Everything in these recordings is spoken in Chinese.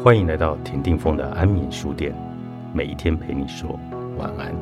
欢迎来到田定峰的安眠书店，每一天陪你说晚安。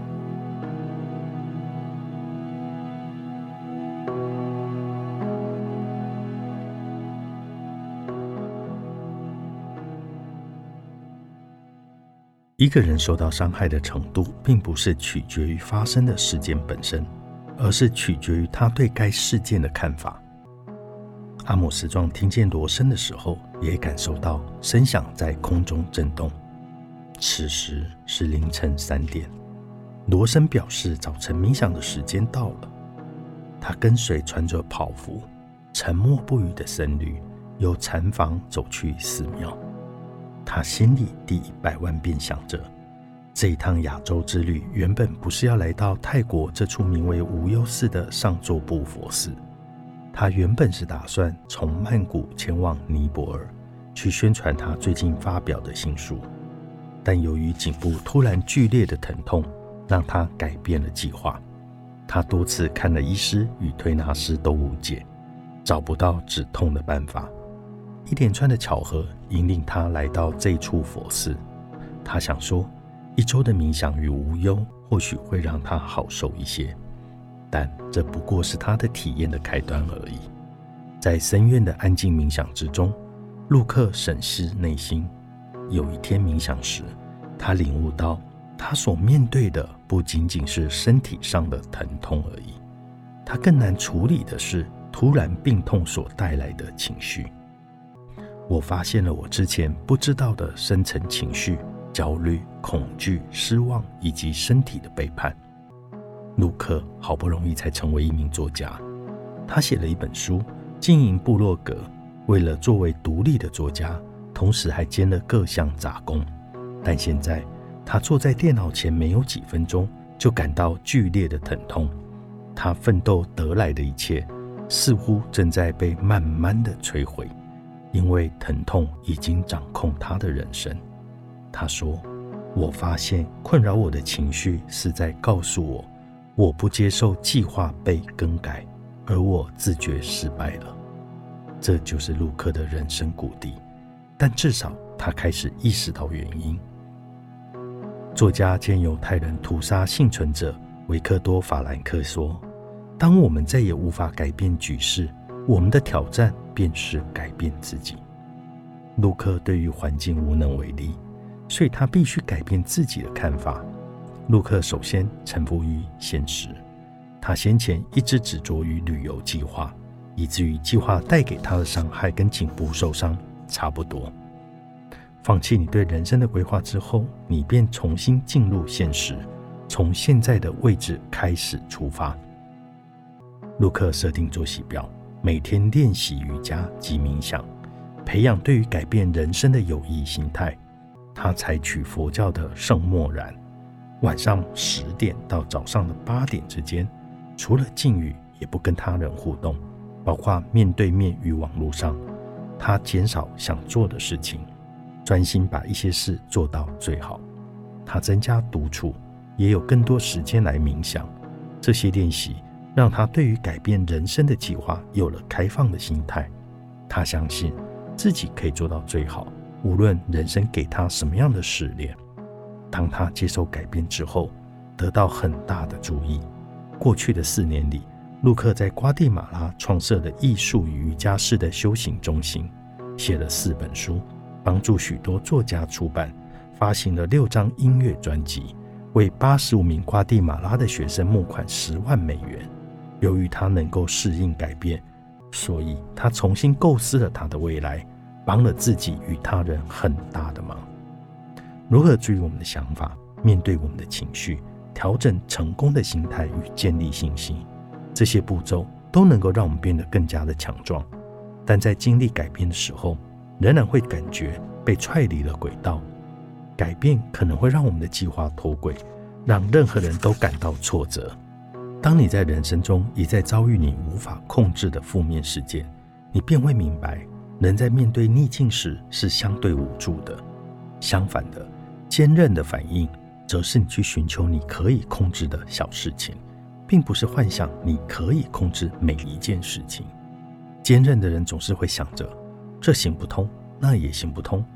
一个人受到伤害的程度，并不是取决于发生的事件本身，而是取决于他对该事件的看法。阿姆斯壮听见锣声的时候，也感受到声响在空中震动。此时是凌晨3点，锣声表示早晨冥想的时间到了。他跟随穿着袍服、沉默不语的僧侣，由禅房走去寺庙。他心里第100万遍想着，这一趟亚洲之旅原本不是要来到泰国这处名为无忧寺的上座部佛寺。他原本是打算从曼谷前往尼泊尔，去宣传他最近发表的新书，但由于颈部突然剧烈的疼痛，让他改变了计划。他多次看了医师与推拿师都无解，找不到止痛的办法。一连串的巧合引领他来到这一处佛寺。他想说，1周的冥想与无忧或许会让他好受一些，但这不过是他的体验的开端而已。在深院的安静冥想之中，陆克审视内心。有一天冥想时，他领悟到，他所面对的不仅仅是身体上的疼痛而已，他更难处理的是突然病痛所带来的情绪。我发现了我之前不知道的深层情绪，焦虑、恐惧、失望以及身体的背叛。陆克好不容易才成为一名作家，他写了一本书，经营部落格，为了作为独立的作家，同时还兼了各项杂工。但现在他坐在电脑前没有几分钟，就感到剧烈的疼痛。他奋斗得来的一切，似乎正在被慢慢的摧毁，因为疼痛已经掌控他的人生。他说，我发现困扰我的情绪是在告诉我，我不接受计划被更改，而我自觉失败了。这就是陆克的人生谷底，但至少他开始意识到原因。作家兼犹太人屠杀幸存者维克多·法兰克说，当我们再也无法改变局势，我们的挑战便是改变自己。陆克对于环境无能为力，所以他必须改变自己的看法。陆克首先臣服于现实，他先前一直执着于旅游计划，以至于计划带给他的伤害跟颈部受伤差不多。放弃你对人生的规划之后，你便重新进入现实，从现在的位置开始出发。陆克设定作息表，每天练习瑜伽及冥想，培养对于改变人生的有益心态。他采取佛教的圣默然，晚上10点到早上的8点之间，除了静语也不跟他人互动，包括面对面与网络上。他减少想做的事情，专心把一些事做到最好。他增加独处，也有更多时间来冥想。这些练习让他对于改变人生的计划有了开放的心态。他相信自己可以做到最好，无论人生给他什么样的试炼。当他接受改变之后，得到很大的注意。过去的4年里，陆克在瓜地马拉创设了艺术与瑜伽士的修行中心，写了4本书，帮助许多作家出版，发行了6张音乐专辑，为85名瓜地马拉的学生募款10万美元。由于他能够适应改变，所以他重新构思了他的未来，帮了自己与他人很大的忙。如何注意我们的想法，面对我们的情绪，调整成功的心态与建立信心，这些步骤都能够让我们变得更加的强壮。但在经历改变的时候，仍然会感觉被踹离了轨道。改变可能会让我们的计划脱轨，让任何人都感到挫折。当你在人生中一再遭遇你无法控制的负面事件，你便会明白，人在面对逆境时是相对无助的。相反的，坚韧的反应则是你去寻求你可以控制的小事情，并不是幻想你可以控制每一件事情。坚韧的人总是会想着，这行不通，那也行不通，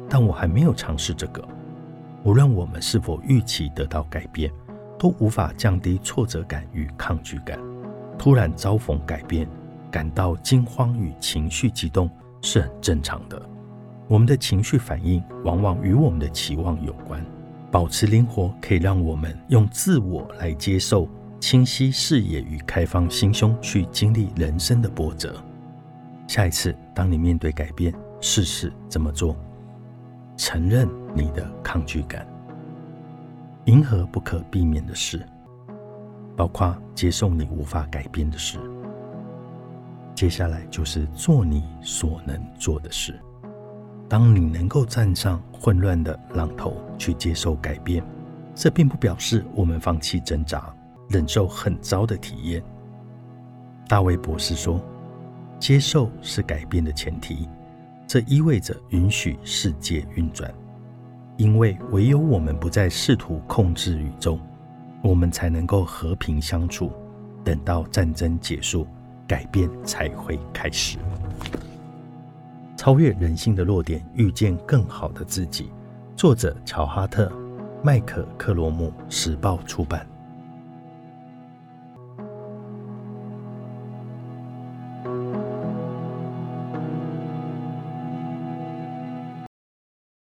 但我还没有尝试这个。无论我们是否预期得到改变，都无法降低挫折感与抗拒感。突然遭逢改变，感到惊慌与情绪激动是很正常的。我们的情绪反应往往与我们的期望有关。保持灵活可以让我们用自我来接受清晰视野与开放心胸去经历人生的波折。下一次当你面对改变，试试这么做：承认你的抗拒感，迎合不可避免的事，包括接受你无法改变的事。接下来就是做你所能做的事。当你能够站上混乱的浪头去接受改变，这并不表示我们放弃挣扎，忍受很糟的体验。大卫博士说，接受是改变的前提，这意味着允许世界运转，因为唯有我们不再试图控制宇宙，我们才能够和平相处。等到战争结束，改变才会开始。超越人性的弱点，遇见更好的自己。作者乔哈特，麦克克罗姆，时报出版。